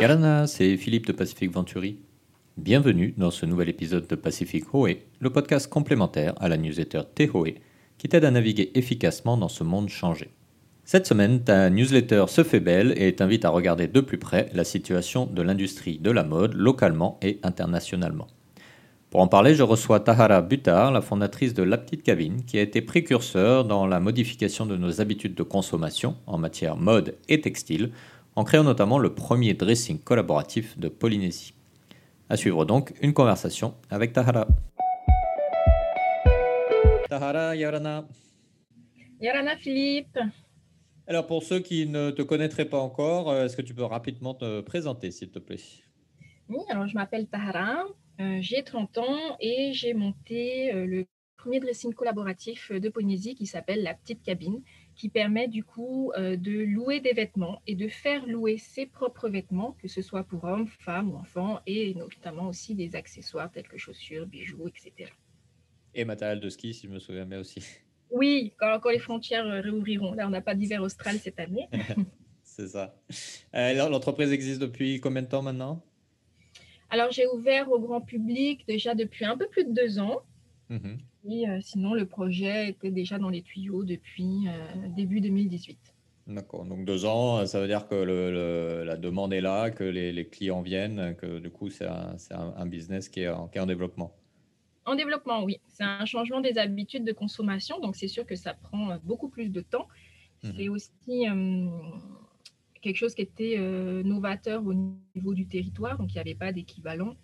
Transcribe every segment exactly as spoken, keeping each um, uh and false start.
Yarana, c'est Philippe de Pacific Venturi. Bienvenue dans ce nouvel épisode de Pacific Hoé, le podcast complémentaire à la newsletter Tehoe qui t'aide à naviguer efficacement dans ce monde changé. Cette semaine, ta newsletter se fait belle et t'invite à regarder de plus près la situation de l'industrie de la mode localement et internationalement. Pour en parler, je reçois Tahara Butar, la fondatrice de La Petite Cabine, qui a été précurseur dans la modification de nos habitudes de consommation en matière mode et textile, en créant notamment le premier dressing collaboratif de Polynésie. À suivre donc une conversation avec Tahara. Tahara, Yarana. Yarana Philippe. Alors pour ceux qui ne te connaîtraient pas encore, est-ce que tu peux rapidement te présenter s'il te plaît? Oui, alors je m'appelle Tahara, euh, j'ai trente ans et j'ai monté euh, le premier dressing collaboratif de Polynésie qui s'appelle La Petite Cabine, qui permet du coup euh, de louer des vêtements et de faire louer ses propres vêtements, que ce soit pour hommes, femmes ou enfants, et notamment aussi des accessoires tels que chaussures, bijoux, et cetera. Et matériel de ski, si je me souviens bien aussi. Oui, quand, quand les frontières réouvriront. Là, on n'a pas d'hiver austral cette année. C'est ça. Euh, l'entreprise existe depuis combien de temps maintenant? Alors, j'ai ouvert au grand public déjà depuis un peu plus de deux ans. Mmh. Et euh, sinon, le projet était déjà dans les tuyaux depuis euh, début deux mille dix-huit. D'accord, donc deux ans, ça veut dire que le, le- la demande est là, que les, les clients viennent, que du coup, c'est un, c'est un, un business qui est, en, qui est en développement. En développement, oui. C'est un changement des habitudes de consommation, donc c'est sûr que ça prend euh, beaucoup plus de temps. Mhm. C'est aussi euh, quelque chose qui était euh, novateur au niveau du territoire, donc il n'y avait pas d'équivalent.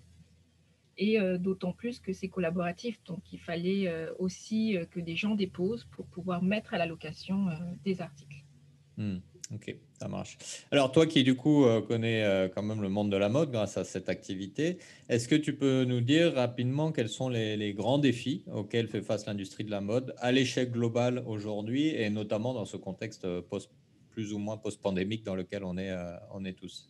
Et euh, d'autant plus que c'est collaboratif, donc il fallait euh, aussi euh, que des gens déposent pour pouvoir mettre à la location euh, des articles. Hmm, ok, ça marche. Alors toi qui du coup euh, connais euh, quand même le monde de la mode grâce à cette activité, est-ce que tu peux nous dire rapidement quels sont les, les grands défis auxquels fait face l'industrie de la mode à l'échelle globale aujourd'hui et notamment dans ce contexte euh, post, plus ou moins post-pandémique dans lequel on est, euh, on est tous?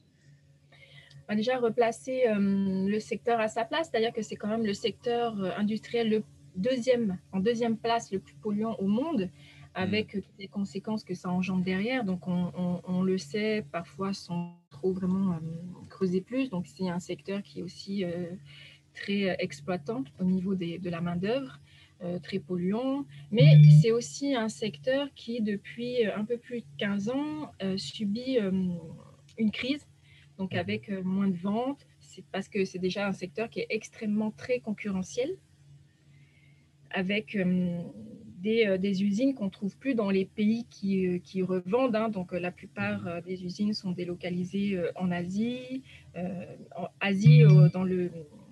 Bah, déjà replacer euh, le secteur à sa place, c'est-à-dire que c'est quand même le secteur euh, industriel le deuxième, en deuxième place le plus polluant au monde, avec Hmm. euh, toutes les conséquences que ça engendre derrière. Donc on, on, on le sait parfois sans trop vraiment euh, creuser plus. Donc c'est un secteur qui est aussi euh, très euh, exploitant au niveau des, de la main-d'œuvre. Euh, très polluant, mais c'est aussi un secteur qui, depuis un peu plus de quinze ans, euh, subit euh, une crise, donc avec euh, moins de ventes. C'est parce que c'est déjà un secteur qui est extrêmement très concurrentiel, avec euh, des, euh, des usines qu'on ne trouve plus dans les pays qui, euh, qui revendent. Hein. Donc euh, la plupart euh, des usines sont délocalisées euh, en Asie, euh, en Asie euh, dans le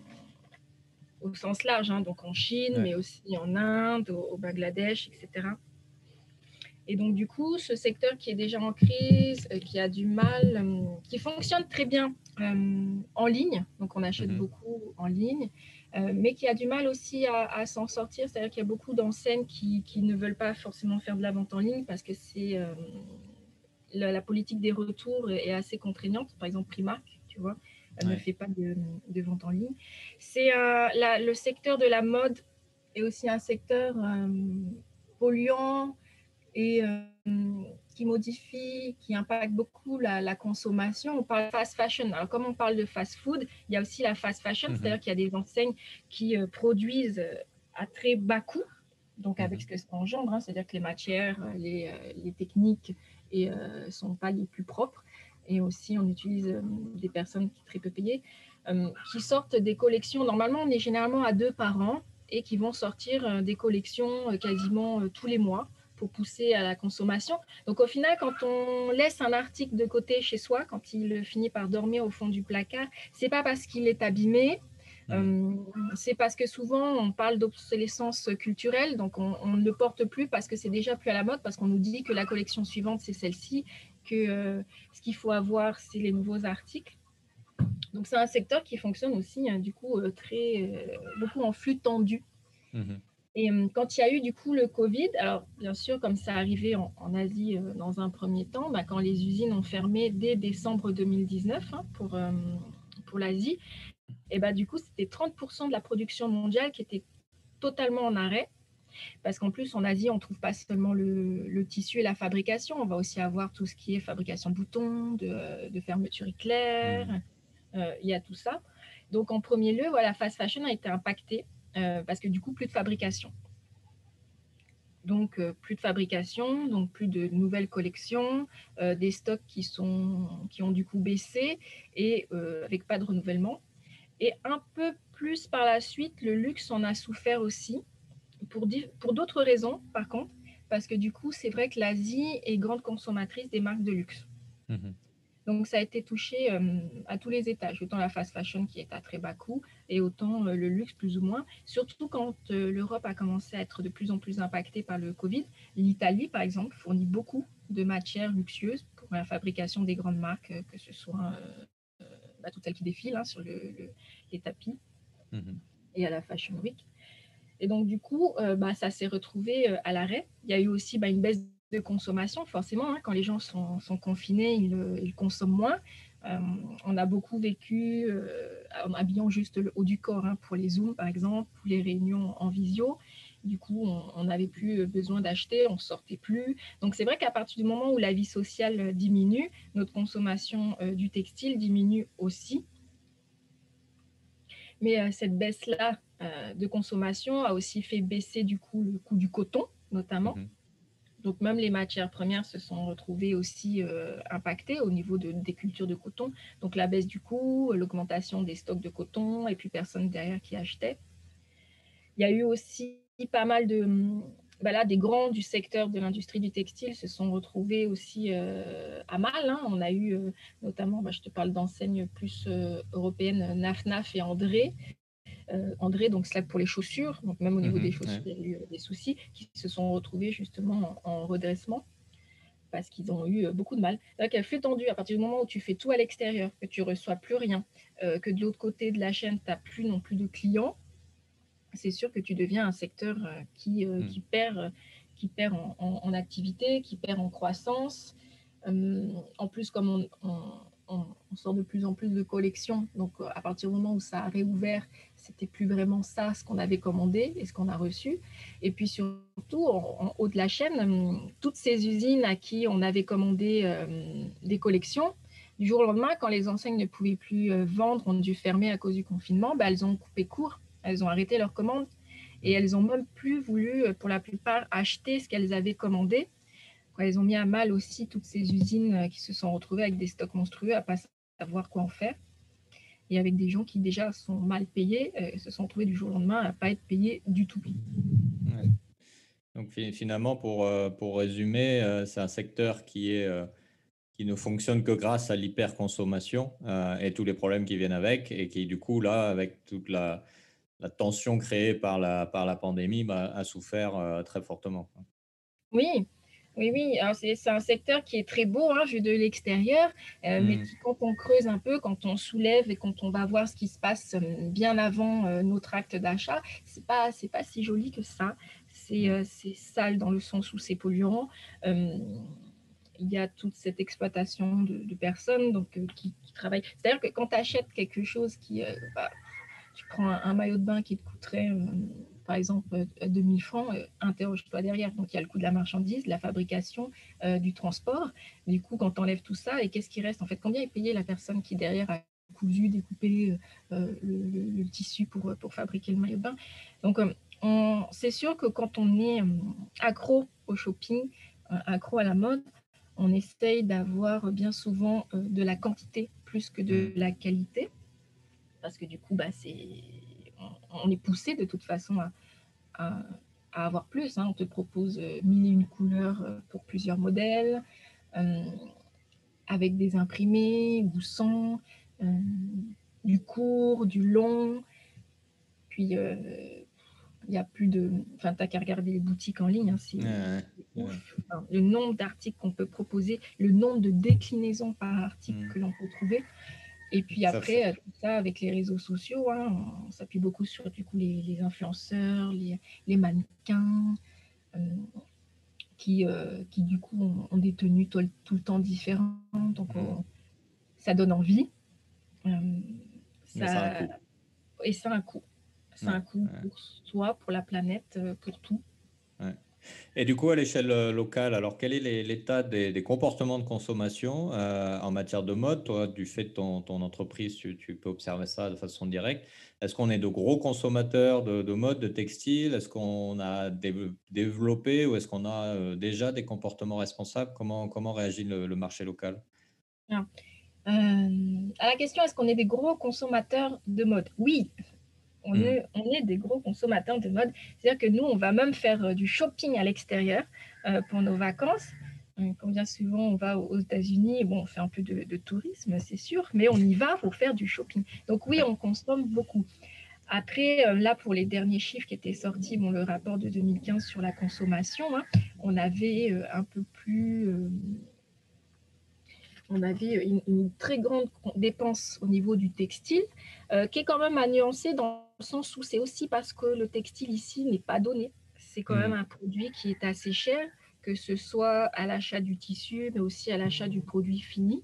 au sens large, hein, donc en Chine, Ouais. mais aussi en Inde, au, au Bangladesh, et cetera. Et donc, du coup, ce secteur qui est déjà en crise, euh, qui a du mal, euh, qui fonctionne très bien euh, en ligne, donc on achète Mhm. beaucoup en ligne, euh, mais qui a du mal aussi à, à s'en sortir, c'est-à-dire qu'il y a beaucoup d'enseignes qui, qui ne veulent pas forcément faire de la vente en ligne parce que c'est euh, la, la politique des retours est assez contraignante. Par exemple, Primark, tu vois, elle Ouais. ne fait pas de, de vente en ligne. C'est euh, la, le secteur de la mode est aussi un secteur euh, polluant et euh, qui modifie, qui impacte beaucoup la, la consommation. On parle de fast fashion. Alors, comme on parle de fast food, il y a aussi la fast fashion, Mhm. c'est-à-dire qu'il y a des enseignes qui euh, produisent à très bas coût, donc avec Mhm. ce que ça engendre, hein, c'est-à-dire que les matières, les, euh, les techniques ne euh, sont pas les plus propres. Et aussi, on utilise euh, des personnes très peu payées euh, qui sortent des collections. Normalement, on est généralement à deux par an et qui vont sortir euh, des collections euh, quasiment euh, tous les mois pour pousser à la consommation. Donc au final, quand on laisse un article de côté chez soi, quand il finit par dormir au fond du placard, c'est pas parce qu'il est abîmé, Mhm. euh, c'est parce que souvent on parle d'obsolescence culturelle, donc on, on ne le porte plus parce que c'est déjà plus à la mode, parce qu'on nous dit que la collection suivante c'est celle-ci, que euh, ce qu'il faut avoir c'est les nouveaux articles. Donc c'est un secteur qui fonctionne aussi hein, du coup euh, très euh, beaucoup en flux tendu. Mhm. Et euh, quand il y a eu du coup le Covid, alors bien sûr, comme ça arrivait en, en Asie euh, dans un premier temps, bah, quand les usines ont fermé dès décembre deux mille dix-neuf hein, pour, euh, pour l'Asie, et bah, du coup, c'était trente pour cent de la production mondiale qui était totalement en arrêt. Parce qu'en plus, en Asie, on ne trouve pas seulement le, le tissu et la fabrication, on va aussi avoir tout ce qui est fabrication de boutons, de, de fermeture éclair, Mmh. euh, il y a tout ça. Donc, en premier lieu, voilà, fast fashion a été impacté euh, parce que du coup, plus de fabrication. Donc, euh, plus de fabrication, donc plus de nouvelles collections, euh, des stocks qui, sont, qui ont du coup baissé et euh, avec pas de renouvellement. Et un peu plus par la suite, le luxe en a souffert aussi, pour, pour d'autres raisons par contre, parce que du coup, c'est vrai que l'Asie est grande consommatrice des marques de luxe. Mmh. Donc, ça a été touché euh, à tous les étages, autant la fast fashion qui est à très bas coût et autant euh, le luxe plus ou moins. Surtout quand euh, l'Europe a commencé à être de plus en plus impactée par le Covid. L'Italie, par exemple, fournit beaucoup de matières luxueuses pour la fabrication des grandes marques, euh, que ce soit euh, bah, toutes celles qui défilent hein, sur le, le, les tapis Mmh. et à la Fashion Week. Et donc, du coup, euh, bah, ça s'est retrouvé euh, à l'arrêt. Il y a eu aussi bah, une baisse de consommation, forcément. Hein, quand les gens sont, sont confinés, ils, ils consomment moins. Euh, on a beaucoup vécu euh, en habillant juste le haut du corps hein, pour les Zooms, par exemple, pour les réunions en visio. Du coup, on n'avait plus besoin d'acheter, on ne sortait plus. Donc, c'est vrai qu'à partir du moment où la vie sociale diminue, notre consommation euh, du textile diminue aussi. Mais euh, cette baisse-là euh, de consommation a aussi fait baisser du coup le coût du coton, notamment. Mmh. Donc même les matières premières se sont retrouvées aussi euh, impactées au niveau de, des cultures de coton. Donc la baisse du coût, l'augmentation des stocks de coton et puis personne derrière qui achetait. Il y a eu aussi pas mal de... Ben là, des grands du secteur de l'industrie du textile se sont retrouvés aussi euh, à mal. Hein. On a eu euh, notamment, ben, je te parle d'enseignes plus euh, européennes, Naf Naf et André, euh, André, donc cela pour les chaussures, donc même au niveau Mmh. des chaussures, Ouais. il y a eu euh, des soucis qui se sont retrouvés justement en, en redressement parce qu'ils ont eu euh, beaucoup de mal. Donc, un flux tendu, à partir du moment où tu fais tout à l'extérieur, que tu ne reçois plus rien, euh, que de l'autre côté de la chaîne, tu n'as plus non plus de clients, c'est sûr que tu deviens un secteur euh, qui, euh, Mmh. qui perd, euh, qui perd en, en, en activité, qui perd en croissance. Euh, en plus, comme on, on, on, sort de plus en plus de collections, donc euh, à partir du moment où ça a réouvert, c'était plus vraiment ça ce qu'on avait commandé et ce qu'on a reçu. Et puis surtout, en, en haut de la chaîne, euh, toutes ces usines à qui on avait commandé euh, des collections, du jour au lendemain, quand les enseignes ne pouvaient plus euh, vendre, ont dû fermer à cause du confinement, bah, elles ont coupé court, elles ont arrêté leurs commandes et elles n'ont même plus voulu, pour la plupart, acheter ce qu'elles avaient commandé. Elles ont mis à mal aussi toutes ces usines qui se sont retrouvées avec des stocks monstrueux à ne pas savoir quoi en faire. Et avec des gens qui déjà sont mal payés, euh, se sont retrouvés du jour au lendemain à ne pas être payés du tout. Ouais. Donc fi- finalement, pour, euh, pour résumer, euh, c'est un secteur qui est, euh, qui ne fonctionne que grâce à l'hyperconsommation euh, et tous les problèmes qui viennent avec, et qui du coup, là, avec toute la, la tension créée par la, par la pandémie, bah, a souffert euh, très fortement. Oui, oui, oui. Alors c'est, c'est un secteur qui est très beau, hein, vu de l'extérieur, euh, mais Mmh. qui, quand on creuse un peu, quand on soulève et quand on va voir ce qui se passe euh, bien avant euh, notre acte d'achat, c'est pas, c'est pas si joli que ça. C'est, Ouais. euh, c'est sale dans le sens où c'est polluant. Euh, il y a toute cette exploitation de, de personnes donc, euh, qui, qui travaillent. C'est-à-dire que quand tu achètes quelque chose qui, euh, bah, tu prends un, un maillot de bain qui te coûterait, euh, par exemple, euh, deux mille francs, euh, interroge-toi derrière. Donc, il y a le coût de la marchandise, de la fabrication, euh, du transport. Du coup, quand tu enlèves tout ça, et qu'est-ce qui reste en fait? Combien est payée la personne qui, derrière, a cousu, découpé euh, le, le, le, tissu pour, pour fabriquer le maillot de bain? Donc, euh, on, c'est sûr que quand on est euh, accro au shopping, euh, accro à la mode, on essaye d'avoir bien souvent euh, de la quantité plus que de Mmh. la qualité. Parce que du coup, bah, c'est... On, on est poussé de toute façon à, à, à avoir plus. Hein. On te propose euh, mille et une couleurs euh, pour plusieurs modèles, euh, avec des imprimés ou sans, euh, du court, du long. Puis, euh, il n'y a plus de... Enfin, tu n'as qu'à regarder les boutiques en ligne, hein, c'est, Ouais, c'est ouais. ouf. Enfin, le nombre d'articles qu'on peut proposer, le nombre de déclinaisons par article Mmh. que l'on peut trouver. Et puis Ça fait. après, tout ça avec les réseaux sociaux, hein, on s'appuie beaucoup sur du coup les, les influenceurs, les, les mannequins, euh, qui, euh, qui du coup ont, ont des tenues tout, tout le temps différentes. Donc Mmh. on, ça donne envie. Euh, Mais ça a un ça, coût. et ça a un coût. Ça a Ouais, un coût ouais. pour soi, pour la planète, pour tout. Ouais. Et du coup, à l'échelle euh, locale, alors quel est les- l'état des, des comportements de consommation euh, en matière de mode? Toi, du fait de ton, ton entreprise, tu, tu peux observer ça de façon directe. Est-ce qu'on est de gros consommateurs de, de mode, de textile? Est-ce qu'on a dé- développé ou est-ce qu'on a euh, déjà des comportements responsables? Comment, comment réagit le, le marché local? Ah. Euh, à la question, est-ce qu'on est des gros consommateurs de mode? Oui, on Hmm. est, on est des gros consommateurs de mode. C'est-à-dire que nous, on va même faire euh, du shopping à l'extérieur euh, pour nos vacances. Euh, Comme bien souvent, on va aux États-Unis, bon, on fait un peu de, de tourisme, c'est sûr, mais on y va pour faire du shopping. Donc oui, Ouais. on consomme beaucoup. Après, euh, là, pour les derniers chiffres qui étaient sortis, bon, le rapport de deux mille quinze sur la consommation, hein, on avait euh, un peu plus... euh, on avait une, une très grande dépense au niveau du textile, euh, qui est quand même à nuancer dans le sens où c'est aussi parce que le textile ici n'est pas donné. C'est quand même Hmm. un produit qui est assez cher, que ce soit à l'achat du tissu, mais aussi à l'achat du produit fini.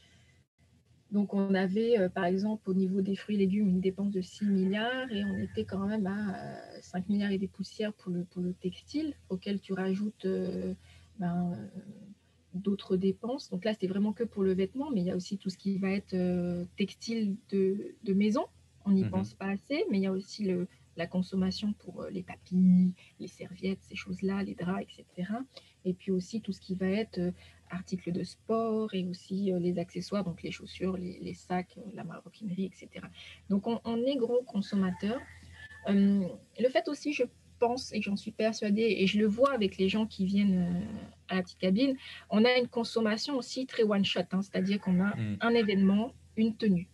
Donc on avait, euh, par exemple, au niveau des fruits et légumes, une dépense de six milliards et on était quand même à euh, cinq milliards et des poussières pour le, pour le textile, auquel tu rajoutes euh, ben, euh, d'autres dépenses. Donc là, c'était vraiment que pour le vêtement, mais il y a aussi tout ce qui va être euh, textile de, de maison. On n'y pense Mhm. pas assez, mais il y a aussi le, la consommation pour euh, les papilles, les serviettes, ces choses-là, les draps, et cetera. Et puis aussi tout ce qui va être euh, articles de sport et aussi euh, les accessoires, donc les chaussures, les, les sacs, euh, la maroquinerie, et cetera. Donc on, on est gros consommateurs. Euh, le fait aussi, je pense et j'en suis persuadée, et je le vois avec les gens qui viennent euh, à la petite cabine, on a une consommation aussi très one-shot, hein, c'est-à-dire qu'on a Hmm. un événement, une tenue.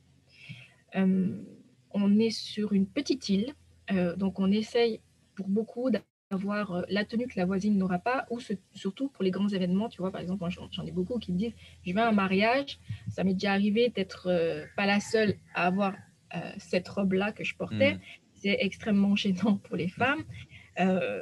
Euh, on est sur une petite île, euh, donc on essaye pour beaucoup d'avoir euh, la tenue que la voisine n'aura pas, ou ce, surtout pour les grands événements, tu vois, par exemple, moi j'en ai beaucoup qui me disent, je vais à un mariage, ça m'est déjà arrivé d'être euh, pas la seule à avoir euh, cette robe-là que je portais, Hmm. c'est extrêmement gênant pour les femmes. Euh,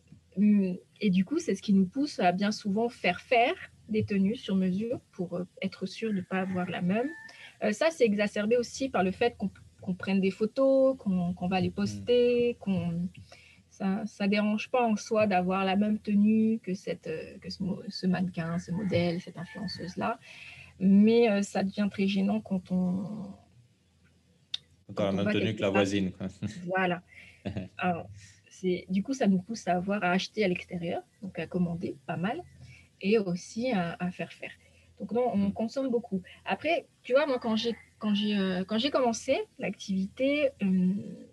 et du coup, c'est ce qui nous pousse à bien souvent faire faire des tenues sur mesure pour euh, être sûr de ne pas avoir la même. Euh, ça, c'est exacerbé aussi par le fait qu'on qu'on prenne des photos, qu'on qu'on va les Hmm. poster, qu'on ça ne dérange pas en soi d'avoir la même tenue que, cette, euh, que ce, ce mannequin, ce modèle, cette influenceuse-là. Mais euh, ça devient très gênant quand on, Dans la quand on même va tenue quelque que la part. voisine, quoi. Voilà. Alors, c'est, du coup, ça nous pousse à avoir à acheter à l'extérieur, donc à commander pas mal, et aussi à, à faire faire. Donc non, on Hmm. consomme beaucoup. Après, tu vois, moi, quand j'ai quand j'ai euh, quand j'ai commencé l'activité, euh,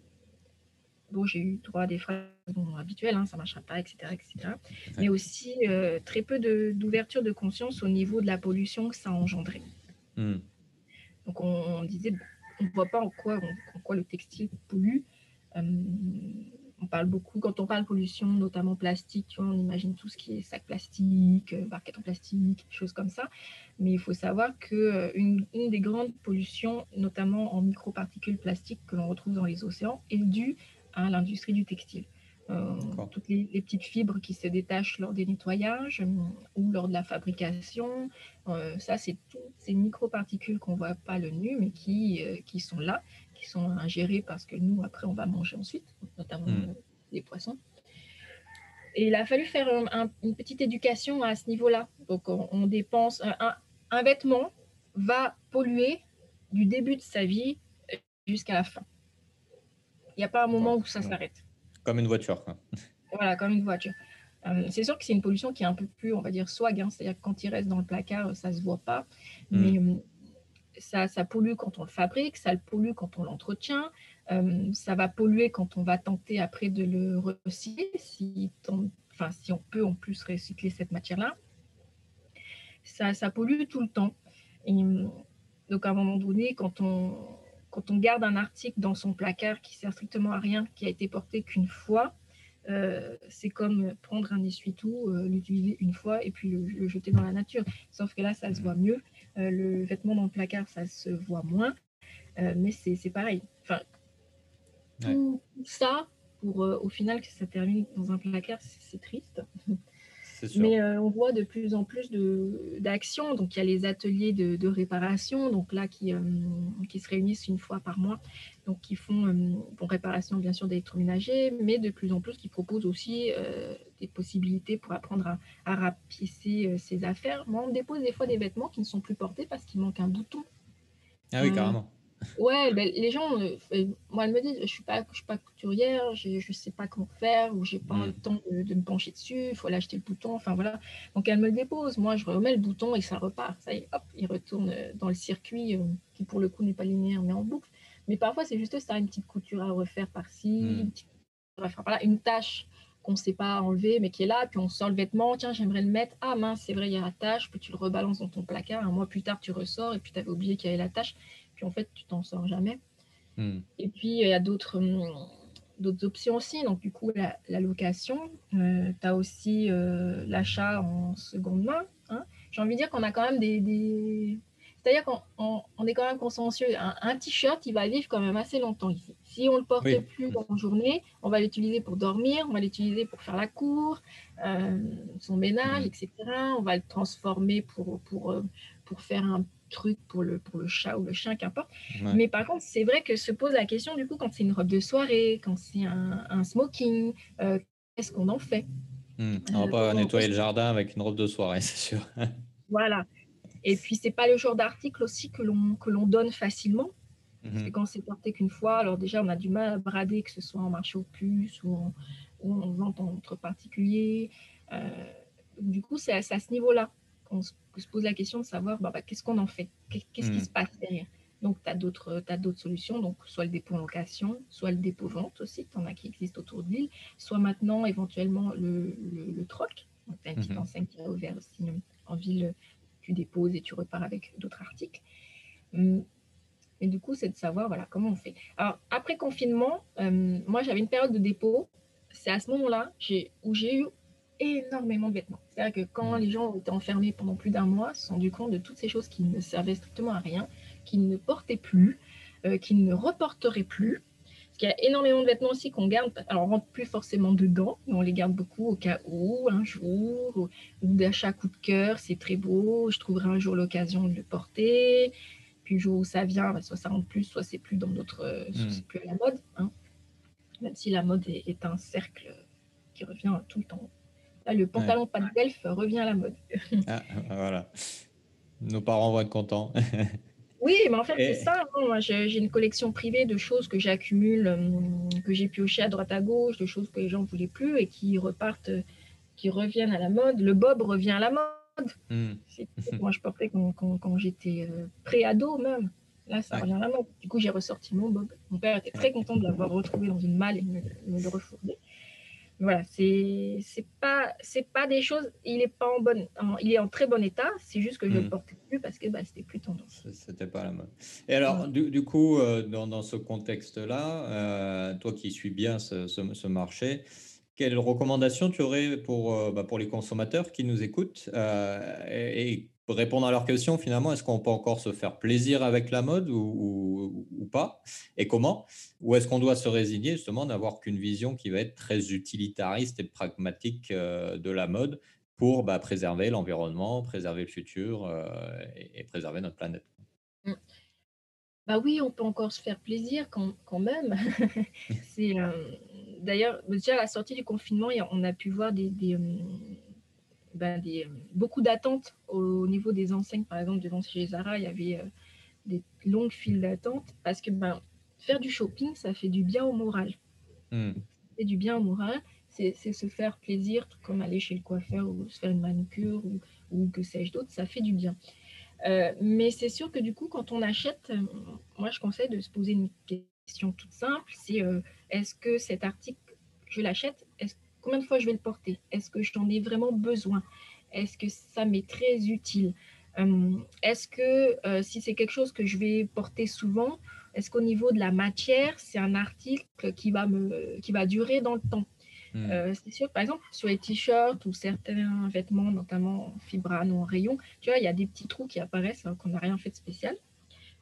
bon, j'ai eu droit à des phrases bon, habituelles, hein, ça marchera pas, et cetera, et cetera. Mais aussi euh, très peu de, d'ouverture de conscience au niveau de la pollution que ça a engendré. Hmm. Donc on, on disait, bon, on ne voit pas en quoi, en, en quoi le textile pollue. Euh, on parle beaucoup, quand on parle pollution, notamment plastique, tu vois, on imagine tout ce qui est sac plastique, euh, barquettes en plastique, choses comme ça. Mais il faut savoir qu'une une des grandes pollutions, notamment en microparticules plastiques que l'on retrouve dans les océans, est due à l'industrie du textile. Euh, D'accord. toutes les, les, petites fibres qui se détachent lors des nettoyages euh, ou lors de la fabrication, euh, ça, c'est toutes ces microparticules qu'on ne voit pas à l'œil nu, mais qui, euh, qui sont là, qui sont ingérées parce que nous, après, on va manger ensuite, notamment Hmm. euh, les poissons. Et il a fallu faire un, un, une petite éducation à ce niveau-là. Donc, on, on dépense. Un, un, vêtement va polluer du début de sa vie jusqu'à la fin. Il n'y a pas un moment D'accord. où ça Donc, s'arrête. comme une voiture, quoi. Voilà, comme une voiture. Euh, c'est sûr que c'est une pollution qui est un peu plus, on va dire, swag. Hein, c'est-à-dire que quand il reste dans le placard, ça ne se voit pas. Mais Hmm. euh, ça, ça pollue quand on le fabrique, ça le pollue quand on l'entretient, euh, ça va polluer quand on va tenter après de le recycler, si, on, enfin, si on peut en plus recycler cette matière-là. Ça, ça pollue tout le temps. Et, donc à un moment donné, quand on, quand on garde un article dans son placard qui sert strictement à rien, qui a été porté qu'une fois, euh, c'est comme prendre un essuie-tout, euh, l'utiliser une fois et puis le, le, jeter dans la nature. Sauf que là, ça se voit mieux. Euh, le vêtement dans le placard, ça se voit moins. Euh, mais c'est pareil. Enfin, Ouais. tout ça, pour euh, au final que ça termine dans un placard, c'est triste. C'est sûr. Mais euh, on voit de plus en plus de, d'actions. Donc, il y a les ateliers de, de réparation, donc là, qui, euh, qui se réunissent une fois par mois, donc qui font euh, pour réparation, bien sûr, d'électroménager, mais de plus en plus qui proposent aussi euh, des possibilités pour apprendre à, à rapiécer euh, ses affaires. Moi, on me dépose des fois des vêtements qui ne sont plus portés parce qu'il manque un bouton. Ah oui, Euh, carrément. Ouais, ben, les gens, euh, euh, moi, elles me disent, je suis pas, je suis pas couturière, je, je sais pas comment faire, ou j'ai pas le Hmm. temps de, de me pencher dessus, il faut aller acheter le bouton, enfin voilà. Donc elles me le déposent, moi je remets le bouton et ça repart. Ça y est, hop, il retourne euh, dans le circuit, euh, qui pour le coup n'est pas linéaire mais en boucle. Mais parfois c'est juste ça, une petite couture à refaire par-ci, Hmm. une petite couture à refaire par-là, une tâche qu'on ne sait pas enlever mais qui est là, puis on sort le vêtement, tiens, j'aimerais le mettre, ah mince, c'est vrai, il y a la tâche, puis tu le rebalances dans ton placard, un mois plus tard tu ressors et puis tu avais oublié qu'il y avait la tâche, puis en fait tu t'en sors jamais. Hmm. Et puis, il y a d'autres hum, d'autres options aussi. Donc, du coup, la, la location. Euh, tu as aussi euh, l'achat en seconde main. Hein. J'ai envie de dire qu'on a quand même des... des... C'est-à-dire qu'on on, on est quand même consciencieux. Un, un t-shirt, il va vivre quand même assez longtemps ici. Si on ne le porte Oui. plus en journée, on va l'utiliser pour dormir, on va l'utiliser pour faire la cour, euh, son ménage, Hmm. et cetera. On va le transformer pour, pour, euh, pour faire un truc pour le, pour le chat ou le chien, qu'importe. Ouais. Mais par contre, c'est vrai que se pose la question, du coup, quand c'est une robe de soirée, quand c'est un, un smoking, euh, qu'est-ce qu'on en fait? Hmm. On va Euh, pas comment, nettoyer le jardin avec une robe de soirée, c'est sûr. voilà. Et puis, c'est pas le genre d'article aussi que l'on que l'on donne facilement. Parce que Mhm. quand c'est porté qu'une fois, alors déjà, on a du mal à brader, que ce soit en marché aux puces ou en, ou en vente entre particuliers. Euh, donc, du coup, c'est à, c'est à ce niveau-là qu'on se, qu'on se pose la question de savoir bah, bah, qu'est-ce qu'on en fait, qu'est-ce qui Hmm. se passe derrière. Donc, tu as d'autres t'as d'autres solutions, donc soit le dépôt en location, soit le dépôt vente aussi, tu en as qui existent autour de l'île, soit maintenant éventuellement le, le, le troc. Donc, tu as une petite Mhm. enseigne qui a ouvert aussi en ville, tu déposes et tu repars avec d'autres articles. Hum, et du coup, c'est de savoir voilà, comment on fait. Alors, après confinement, euh, moi, j'avais une période de dépôt. C'est à ce moment-là j'ai, où j'ai eu énormément de vêtements. C'est-à-dire que quand Hmm. les gens ont été enfermés pendant plus d'un mois, se sont rendus compte de toutes ces choses qui ne servaient strictement à rien, qu'ils ne portaient plus, euh, qu'ils ne reporteraient plus. Parce qu'il y a énormément de vêtements aussi qu'on garde. Alors, on ne rentre plus forcément dedans, mais on les garde beaucoup au cas où, un jour, ou, ou d'achat coup de cœur, c'est très beau, je trouverai un jour l'occasion de le porter. Puis le jour où ça vient, soit ça rentre plus, soit c'est plus dans notre, soit Hmm. c'est plus à la mode. Hein. Même si la mode est, est un cercle qui revient tout le temps. Là, le Ouais. pantalon pas d'elfe revient à la mode. Ah, voilà. Nos parents vont être contents. Oui, mais en fait, c'est Et, ça. Hein. Moi, j'ai, j'ai une collection privée de choses que j'accumule, hum, que j'ai pioché à droite à gauche, de choses que les gens ne voulaient plus et qui repartent, qui reviennent à la mode. Le bob revient à la mode. hmm. C'est ce que moi je portais quand, quand, quand j'étais euh, pré-ado même. Là, ça Ouais. revient à la mode. Du coup, j'ai ressorti mon bob. Mon père était très content de l'avoir retrouvé dans une malle et de me, me le refourguer. Voilà, c'est c'est pas c'est pas des choses. Il est pas en bonne, en- il est en très bon état. C'est juste que je le Hmm. portais plus parce que bah, c'était plus tendance. C- C'était pas la mode. Et alors, Voilà. du, du coup, euh, dans, dans ce contexte-là, euh, toi qui suis bien ce, ce- ce marché, quelles recommandations tu aurais pour, euh, bah, pour les consommateurs qui nous écoutent euh, et, et pour répondre à leurs questions, finalement, est-ce qu'on peut encore se faire plaisir avec la mode ou, ou, ou pas? Et comment? Ou est-ce qu'on doit se résigner justement d'avoir qu'une vision qui va être très utilitariste et pragmatique euh, de la mode pour bah, préserver l'environnement, préserver le futur euh, et, et préserver notre planète. Mm. Bah oui, on peut encore se faire plaisir quand, quand même. C'est euh, d'ailleurs déjà à la sortie du confinement, il y a- on a pu voir des, des, euh, ben, des, euh, beaucoup d'attentes au niveau des enseignes. Par exemple, devant chez Zara, il y avait euh, des longues files d'attente parce que ben, faire du shopping, ça fait du bien au moral. Hmm. Ça fait du bien au moral, c'est c'est se faire plaisir, tout comme aller chez le coiffeur ou se faire une manucure ou, ou que sais-je d'autre, ça fait du bien. Euh, mais c'est sûr que du coup, quand on achète, euh, moi je conseille de se poser une question toute simple, c'est euh, est-ce que cet article, je l'achète, est-ce, combien de fois je vais le porter? Est-ce que j'en ai vraiment besoin? Est-ce que ça m'est très utile? Euh, est-ce que euh, si c'est quelque chose que je vais porter souvent, est-ce qu'au niveau de la matière, c'est un article qui va, me, qui va durer dans le temps? Hmm. Euh, c'est sûr, par exemple, sur les t-shirts ou certains vêtements, notamment en fibrane ou en rayon, tu vois, il y a des petits trous qui apparaissent alors qu'on n'a rien fait de spécial.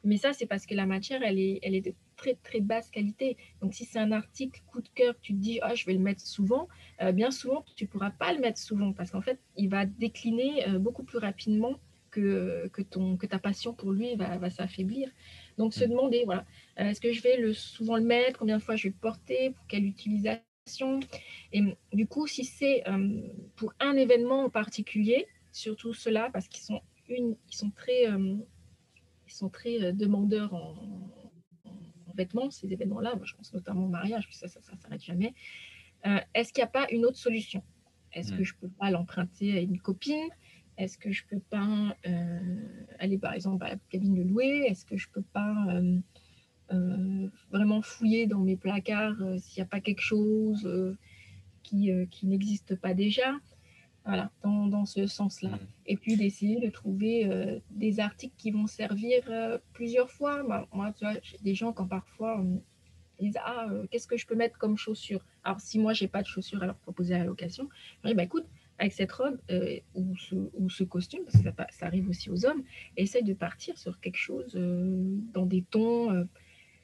Mais ça, c'est parce que la matière, elle est, elle est de très, très basse qualité. Donc, si c'est un article coup de cœur, tu te dis, ah, je vais le mettre souvent, euh, bien souvent, tu ne pourras pas le mettre souvent parce qu'en fait, il va décliner euh, beaucoup plus rapidement que, que, ton, que ta passion pour lui va, va s'affaiblir. Donc, se Mm. demander, voilà, euh, est-ce que je vais le, souvent le mettre, combien de fois je vais le porter, pour quelle utilisation. Et du coup, si c'est euh, pour un événement en particulier, surtout ceux-là, parce qu'ils sont, une, ils sont très... Euh, ils sont très euh, demandeurs en, en, en, vêtements, ces événements-là. Moi, je pense notamment au mariage, parce que ça, ça ne s'arrête jamais. Euh, est-ce qu'il n'y a pas une autre solution? Est-ce mmh. que je ne peux pas l'emprunter à une copine? Est-ce que je ne peux pas euh, aller, par exemple, à la cabine le louer? Est-ce que je ne peux pas euh, euh, vraiment fouiller dans mes placards euh, s'il n'y a pas quelque chose euh, qui, euh, qui n'existe pas déjà? Voilà, dans, dans ce sens-là. Mmh. Et puis d'essayer de trouver euh, des articles qui vont servir euh, plusieurs fois. Bah, moi, tu vois, j'ai des gens quand parfois euh, disent ah euh, qu'est-ce que je peux mettre comme chaussures. Alors si moi j'ai pas de chaussures à leur proposer à la location, je dis bah écoute avec cette robe euh, ou, ce, ou ce costume parce que ça, ça arrive aussi aux hommes, essaye de partir sur quelque chose euh, dans des tons euh,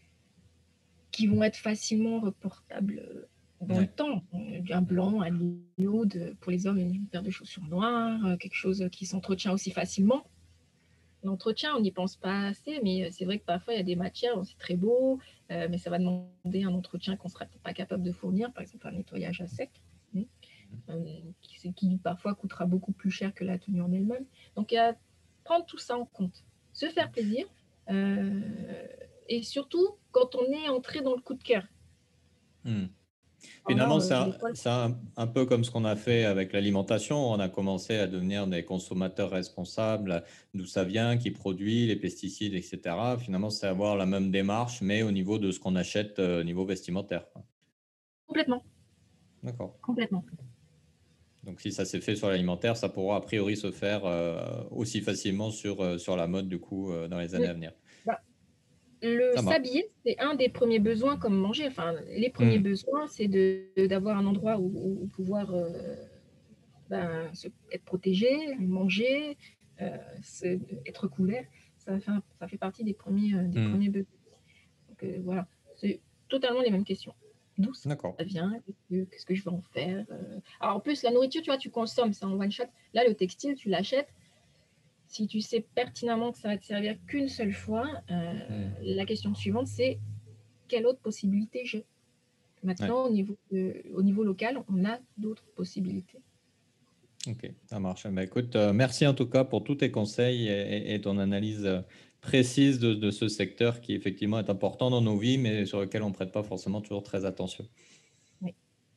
qui vont être facilement reportables. Euh, dans ouais. le temps, un blanc, un nude, pour les hommes, une paire de chaussures noires, quelque chose qui s'entretient aussi facilement. L'entretien, on n'y pense pas assez, mais c'est vrai que parfois, il y a des matières, bon, c'est très beau, euh, mais ça va demander un entretien qu'on ne sera pas capable de fournir, par exemple un nettoyage à sec, hein, euh, qui, qui parfois coûtera beaucoup plus cher que la tenue en elle-même. Donc, il y a prendre tout ça en compte, se faire plaisir, euh, et surtout quand on est entré dans le coup de cœur. Mmh. Finalement, c'est un, un, un peu comme ce qu'on a fait avec l'alimentation. On a commencé à devenir des consommateurs responsables, d'où ça vient, qui produit, les pesticides, et cetera. Finalement, c'est avoir la même démarche, mais au niveau de ce qu'on achète au niveau vestimentaire. Complètement. D'accord. Complètement. Donc, si ça s'est fait sur l'alimentaire, ça pourra a priori se faire euh, aussi facilement sur, euh, sur la mode, du coup, euh, dans les années oui. à venir. Bah. Le s'habiller, c'est un des premiers besoins comme manger. Enfin, les premiers mmh. besoins, c'est de, d'avoir un endroit où, où pouvoir euh, ben, se, être protégé, manger, euh, se, être couvert. Ça fait, ça fait partie des premiers, euh, des mmh. premiers besoins. Donc euh, voilà, c'est totalement les mêmes questions. D'où ça vient? Qu'est-ce que je vais en faire? Alors en plus, la nourriture, tu vois, tu consommes, c'est en one shot. Là, le textile, tu l'achètes. Si tu sais pertinemment que ça va te servir qu'une seule fois, euh, mmh. la question suivante, c'est quelle autre possibilité j'ai? Maintenant, ouais. au, niveau de, au niveau local, on a d'autres possibilités. Ok, ça marche. Bah, écoute, euh, merci en tout cas pour tous tes conseils et, et ton analyse euh, précise de, de ce secteur qui effectivement est important dans nos vies, mais sur lequel on ne prête pas forcément toujours très attention. Oui.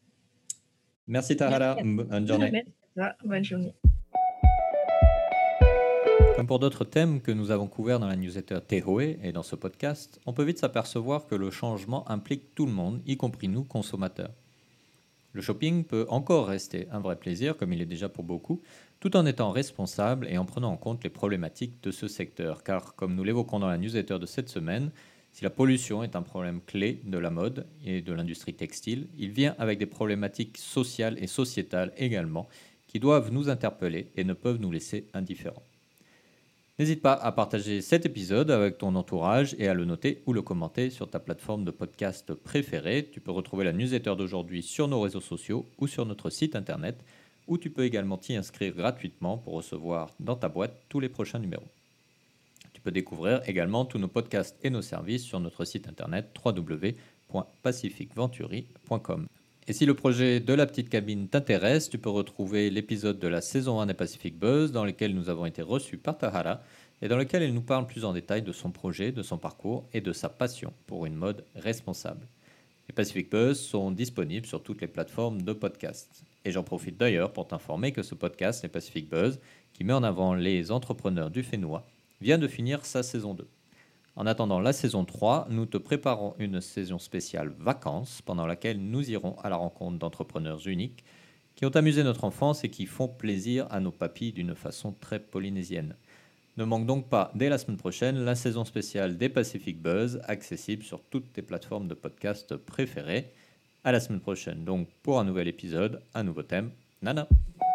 Merci Tahara, bonne journée. Merci à toi. Bonne journée. Comme pour d'autres thèmes que nous avons couverts dans la newsletter Tehoe et dans ce podcast, on peut vite s'apercevoir que le changement implique tout le monde, y compris nous, consommateurs. Le shopping peut encore rester un vrai plaisir, comme il est déjà pour beaucoup, tout en étant responsable et en prenant en compte les problématiques de ce secteur. Car, comme nous l'évoquons dans la newsletter de cette semaine, si la pollution est un problème clé de la mode et de l'industrie textile, il vient avec des problématiques sociales et sociétales également, qui doivent nous interpeller et ne peuvent nous laisser indifférents. N'hésite pas à partager cet épisode avec ton entourage et à le noter ou le commenter sur ta plateforme de podcast préférée. Tu peux retrouver la newsletter d'aujourd'hui sur nos réseaux sociaux ou sur notre site internet, où tu peux également t'y inscrire gratuitement pour recevoir dans ta boîte tous les prochains numéros. Tu peux découvrir également tous nos podcasts et nos services sur notre site internet w w w point pacific venturi point com. Et si le projet de la petite cabine t'intéresse, tu peux retrouver l'épisode de la saison un des Pacific Buzz dans lequel nous avons été reçus par Tahara et dans lequel elle nous parle plus en détail de son projet, de son parcours et de sa passion pour une mode responsable. Les Pacific Buzz sont disponibles sur toutes les plateformes de podcast. Et j'en profite d'ailleurs pour t'informer que ce podcast, les Pacific Buzz, qui met en avant les entrepreneurs du Fénois, vient de finir sa saison deux. En attendant la saison trois, nous te préparons une saison spéciale vacances pendant laquelle nous irons à la rencontre d'entrepreneurs uniques qui ont amusé notre enfance et qui font plaisir à nos papilles d'une façon très polynésienne. Ne manque donc pas, dès la semaine prochaine, la saison spéciale des Pacific Buzz, accessible sur toutes tes plateformes de podcast préférées. À la semaine prochaine donc pour un nouvel épisode, un nouveau thème. Nana!